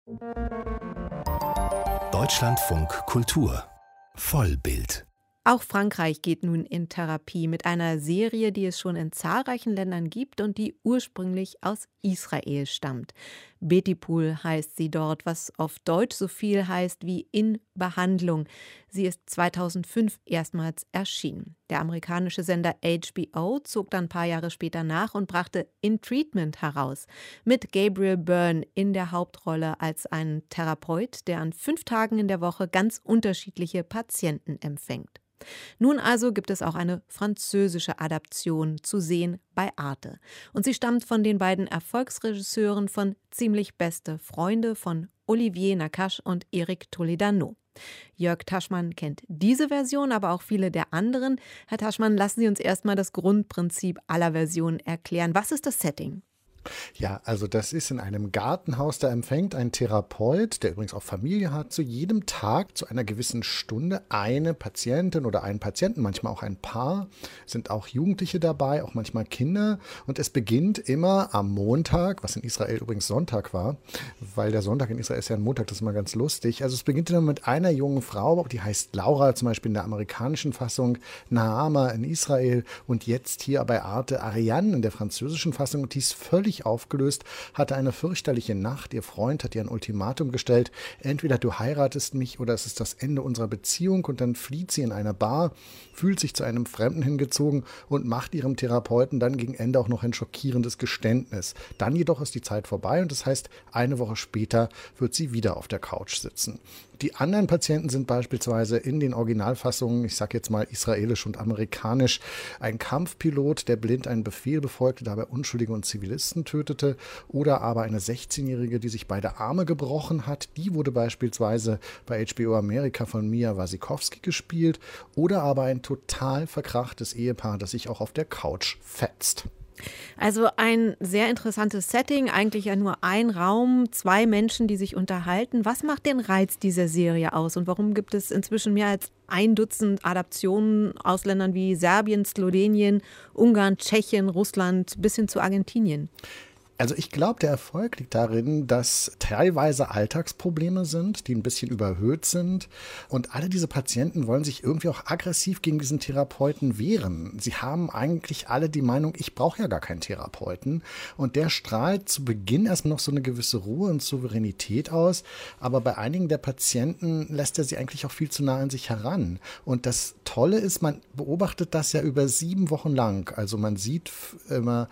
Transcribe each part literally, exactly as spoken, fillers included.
Deutschlandfunk Kultur Vollbild. Auch Frankreich geht nun in Therapie mit einer Serie, die es schon in zahlreichen Ländern gibt und die ursprünglich aus Israel stammt. Betipoul heißt sie dort, was auf Deutsch so viel heißt wie in Behandlung. Sie ist zweitausendfünf erstmals erschienen. Der amerikanische Sender H B O zog dann ein paar Jahre später nach und brachte In Treatment heraus. Mit Gabriel Byrne in der Hauptrolle als ein Therapeut, der an fünf Tagen in der Woche ganz unterschiedliche Patienten empfängt. Nun also gibt es auch eine französische Adaption zu sehen bei Arte. Und sie stammt von den beiden Erfolgsregisseuren von Ziemlich beste Freunde von Olivier Nakache und Eric Toledano. Jörg Taschmann kennt diese Version, aber auch viele der anderen. Herr Taschmann, lassen Sie uns erstmal das Grundprinzip aller Versionen erklären. Was ist das Setting? Ja, also das ist in einem Gartenhaus, da empfängt ein Therapeut, der übrigens auch Familie hat, zu jedem Tag zu einer gewissen Stunde eine Patientin oder einen Patienten, manchmal auch ein Paar, sind auch Jugendliche dabei, auch manchmal Kinder. Und es beginnt immer am Montag, was in Israel übrigens Sonntag war, weil der Sonntag in Israel ist ja ein Montag, das ist immer ganz lustig. Also es beginnt immer mit einer jungen Frau, die heißt Laura, zum Beispiel in der amerikanischen Fassung, Naama in Israel und jetzt hier bei Arte Ariane in der französischen Fassung. Und die ist völlig aufgelöst, hatte eine fürchterliche Nacht. Ihr Freund hat ihr ein Ultimatum gestellt. Entweder du heiratest mich oder es ist das Ende unserer Beziehung. Und dann flieht sie in eine Bar, fühlt sich zu einem Fremden hingezogen und macht ihrem Therapeuten dann gegen Ende auch noch ein schockierendes Geständnis. Dann jedoch ist die Zeit vorbei und das heißt, eine Woche später wird sie wieder auf der Couch sitzen. Die anderen Patienten sind beispielsweise in den Originalfassungen, ich sage jetzt mal israelisch und amerikanisch, ein Kampfpilot, der blind einen Befehl befolgte, dabei Unschuldige und Zivilisten tötete, oder aber eine sechzehnjährige, die sich beide Arme gebrochen hat. Die wurde beispielsweise bei H B O Amerika von Mia Wasikowski gespielt, oder aber ein total verkrachtes Ehepaar, das sich auch auf der Couch fetzt. Also ein sehr interessantes Setting, eigentlich ja nur ein Raum, zwei Menschen, die sich unterhalten. Was macht den Reiz dieser Serie aus und warum gibt es inzwischen mehr als ein Dutzend Adaptionen aus Ländern wie Serbien, Slowenien, Ungarn, Tschechien, Russland bis hin zu Argentinien? Also ich glaube, der Erfolg liegt darin, dass teilweise Alltagsprobleme sind, die ein bisschen überhöht sind. Und alle diese Patienten wollen sich irgendwie auch aggressiv gegen diesen Therapeuten wehren. Sie haben eigentlich alle die Meinung, ich brauche ja gar keinen Therapeuten. Und der strahlt zu Beginn erstmal noch so eine gewisse Ruhe und Souveränität aus. Aber bei einigen der Patienten lässt er sie eigentlich auch viel zu nah an sich heran. Und das Tolle ist, man beobachtet das ja über sieben Wochen lang. Also man sieht immer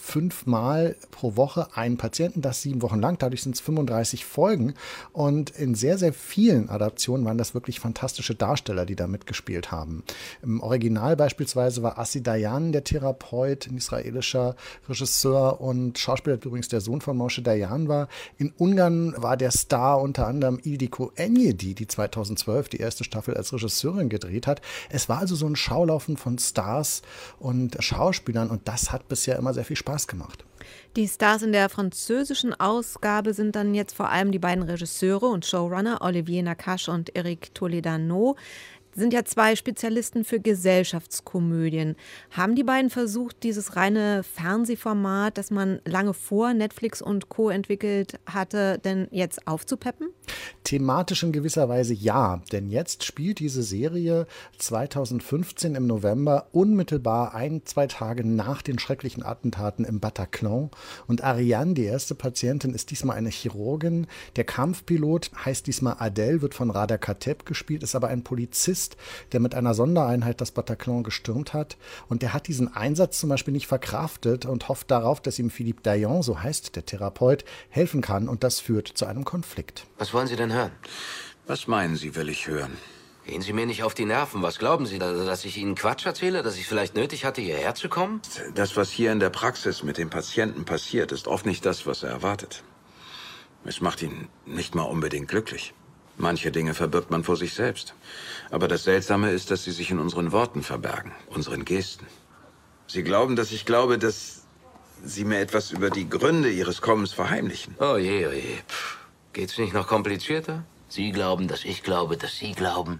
fünfmal pro Woche einen Patienten, das sieben Wochen lang. Dadurch sind es fünfunddreißig Folgen. Und in sehr, sehr vielen Adaptionen waren das wirklich fantastische Darsteller, die da mitgespielt haben. Im Original beispielsweise war Assi Dayan der Therapeut, ein israelischer Regisseur und Schauspieler, der übrigens der Sohn von Moshe Dayan war. In Ungarn war der Star unter anderem Ildiko Enyedi, die zweitausendzwölf die erste Staffel als Regisseurin gedreht hat. Es war also so ein Schaulaufen von Stars und Schauspielern und das hat bisher immer sehr viel Spaß gemacht. Die Stars in der französischen Ausgabe sind dann jetzt vor allem die beiden Regisseure und Showrunner Olivier Nakache und Eric Toledano. Sind ja zwei Spezialisten für Gesellschaftskomödien. Haben die beiden versucht, dieses reine Fernsehformat, das man lange vor Netflix und Co. entwickelt hatte, denn jetzt aufzupeppen? Thematisch in gewisser Weise ja, denn jetzt spielt diese Serie zweitausendfünfzehn im November unmittelbar ein, zwei Tage nach den schrecklichen Attentaten im Bataclan. Und Ariane, die erste Patientin, ist diesmal eine Chirurgin. Der Kampfpilot heißt diesmal Adel, wird von Radha Kateb gespielt, ist aber ein Polizist, der mit einer Sondereinheit das Bataclan gestürmt hat. Und der hat diesen Einsatz zum Beispiel nicht verkraftet und hofft darauf, dass ihm Philippe Dayan, so heißt der Therapeut, helfen kann. Und das führt zu einem Konflikt. Was wollen Sie denn hören? Was meinen Sie, will ich hören? Gehen Sie mir nicht auf die Nerven. Was glauben Sie, dass ich Ihnen Quatsch erzähle? Dass ich es vielleicht nötig hatte, hierher zu kommen? Das, was hier in der Praxis mit dem Patienten passiert, ist oft nicht das, was er erwartet. Es macht ihn nicht mal unbedingt glücklich. Manche Dinge verbirgt man vor sich selbst. Aber das Seltsame ist, dass sie sich in unseren Worten verbergen, unseren Gesten. Sie glauben, dass ich glaube, dass Sie mir etwas über die Gründe Ihres Kommens verheimlichen. Oh je, oh je. Pff. Geht's nicht noch komplizierter? Sie glauben, dass ich glaube, dass Sie glauben.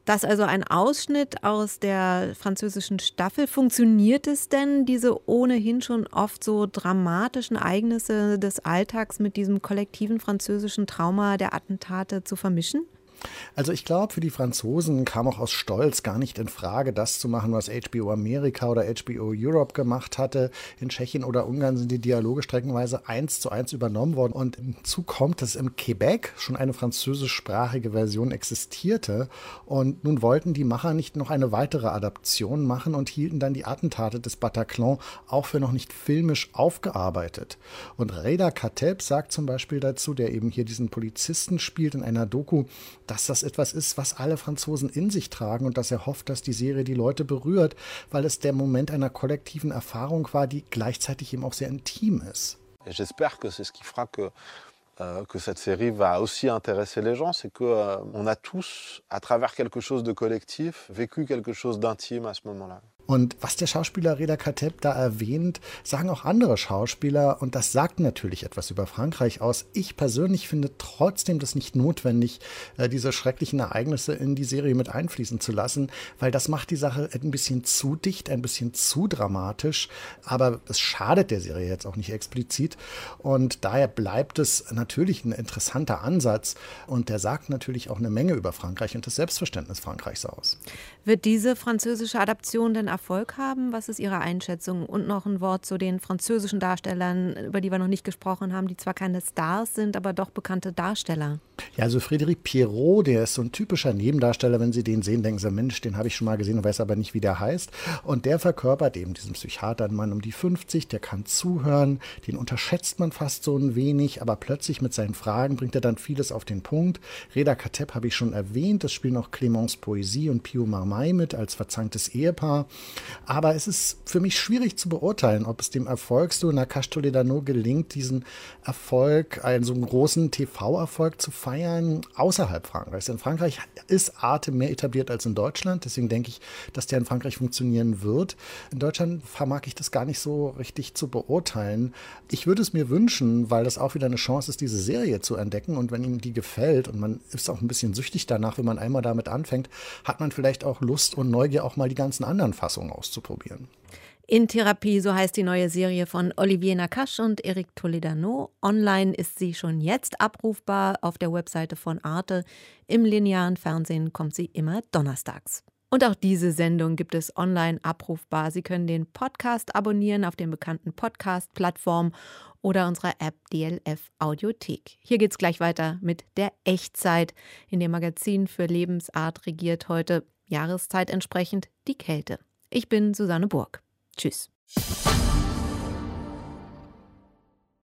Das ist also ein Ausschnitt aus der französischen Staffel. Funktioniert es denn, diese ohnehin schon oft so dramatischen Ereignisse des Alltags mit diesem kollektiven französischen Trauma der Attentate zu vermischen? Also ich glaube, für die Franzosen kam auch aus Stolz gar nicht in Frage, das zu machen, was H B O Amerika oder H B O Europe gemacht hatte. In Tschechien oder Ungarn sind die Dialoge streckenweise eins zu eins übernommen worden. Und hinzu kommt, dass im Quebec schon eine französischsprachige Version existierte. Und nun wollten die Macher nicht noch eine weitere Adaption machen und hielten dann die Attentate des Bataclan auch für noch nicht filmisch aufgearbeitet. Und Reda Kateb sagt zum Beispiel dazu, der eben hier diesen Polizisten spielt in einer Doku, dass das etwas ist, was alle Franzosen in sich tragen und dass er hofft, dass die Serie die Leute berührt, weil es der Moment einer kollektiven Erfahrung war, die gleichzeitig eben auch sehr intim ist. J'espère que c'est ce qui fera que euh, que cette série va aussi intéresser les gens, c'est que euh, on a tous, à travers quelque chose de collectif, vécu quelque chose d'intime à ce moment-là. Und was der Schauspieler Reda Kateb da erwähnt, sagen auch andere Schauspieler und das sagt natürlich etwas über Frankreich aus. Ich persönlich finde trotzdem das nicht notwendig, diese schrecklichen Ereignisse in die Serie mit einfließen zu lassen, weil das macht die Sache ein bisschen zu dicht, ein bisschen zu dramatisch, aber es schadet der Serie jetzt auch nicht explizit und daher bleibt es natürlich ein interessanter Ansatz und der sagt natürlich auch eine Menge über Frankreich und das Selbstverständnis Frankreichs aus. Wird diese französische Adaption denn Erfolg haben? Was ist Ihre Einschätzung? Und noch ein Wort zu den französischen Darstellern, über die wir noch nicht gesprochen haben, die zwar keine Stars sind, aber doch bekannte Darsteller. Ja, also Frédéric Pierrot, der ist so ein typischer Nebendarsteller. Wenn Sie den sehen, denken Sie, Mensch, den habe ich schon mal gesehen und weiß aber nicht, wie der heißt. Und der verkörpert eben diesen Psychiater, einen Mann um die fünfzig, der kann zuhören, den unterschätzt man fast so ein wenig, aber plötzlich mit seinen Fragen bringt er dann vieles auf den Punkt. Reda Kateb habe ich schon erwähnt, es spielen auch Clémence Poésy und Pio Marmaille mit als verzanktes Ehepaar. Aber es ist für mich schwierig zu beurteilen, ob es dem Erfolgsduo Nakache Toledano gelingt, diesen Erfolg, einen so großen T V-Erfolg zu feiern, außerhalb Frankreichs. In Frankreich ist Arte mehr etabliert als in Deutschland, deswegen denke ich, dass der in Frankreich funktionieren wird. In Deutschland vermag ich das gar nicht so richtig zu beurteilen. Ich würde es mir wünschen, weil das auch wieder eine Chance ist, diese Serie zu entdecken und wenn ihm die gefällt und man ist auch ein bisschen süchtig danach, wenn man einmal damit anfängt, hat man vielleicht auch Lust und Neugier, auch mal die ganzen anderen Fassungen auszuprobieren. In Therapie, so heißt die neue Serie von Olivier Nakache und Eric Toledano. Online ist sie schon jetzt abrufbar auf der Webseite von Arte. Im linearen Fernsehen kommt sie immer donnerstags. Und auch diese Sendung gibt es online abrufbar. Sie können den Podcast abonnieren auf den bekannten Podcast-Plattformen oder unserer App D L F Audiothek. Hier geht's gleich weiter mit der Echtzeit. In dem Magazin für Lebensart regiert heute Jahreszeit entsprechend die Kälte. Ich bin Susanne Burg. Tschüss.